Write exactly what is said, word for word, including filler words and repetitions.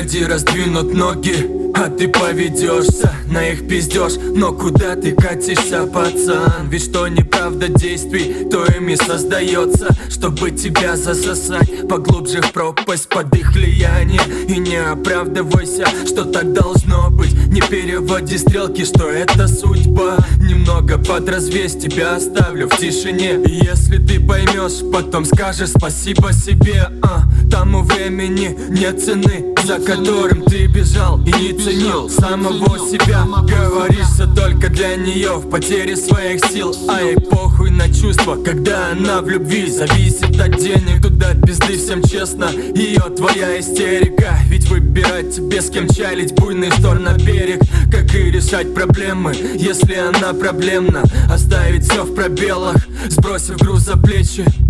сзади раздвинут ноги, а ты поведешься на их пиздеж. Но куда ты катишься, пацан? Ведь что неправда действий, то ими создается, чтобы тебя засосать поглубже в пропасть под их влияние. И не оправдывайся, что так должно быть. Не переводи стрелки, что это судьба. Немного подразвесь, тебя оставлю в тишине. И если ты поймешь, потом скажешь спасибо себе. а, Тому времени нет цены, за которым ты бежал и не ценил самого себя. Говоришься только для нее в потере своих сил, а ей похуй на чувства, когда она в любви. Зависит от денег, туда от пизды, всем честно. Ее твоя истерика, ведь выбирать тебе с кем чалить буйный штор на берег. Как и решать проблемы, если она проблемна. Оставить все в пробелах, сбросив груз за плечи.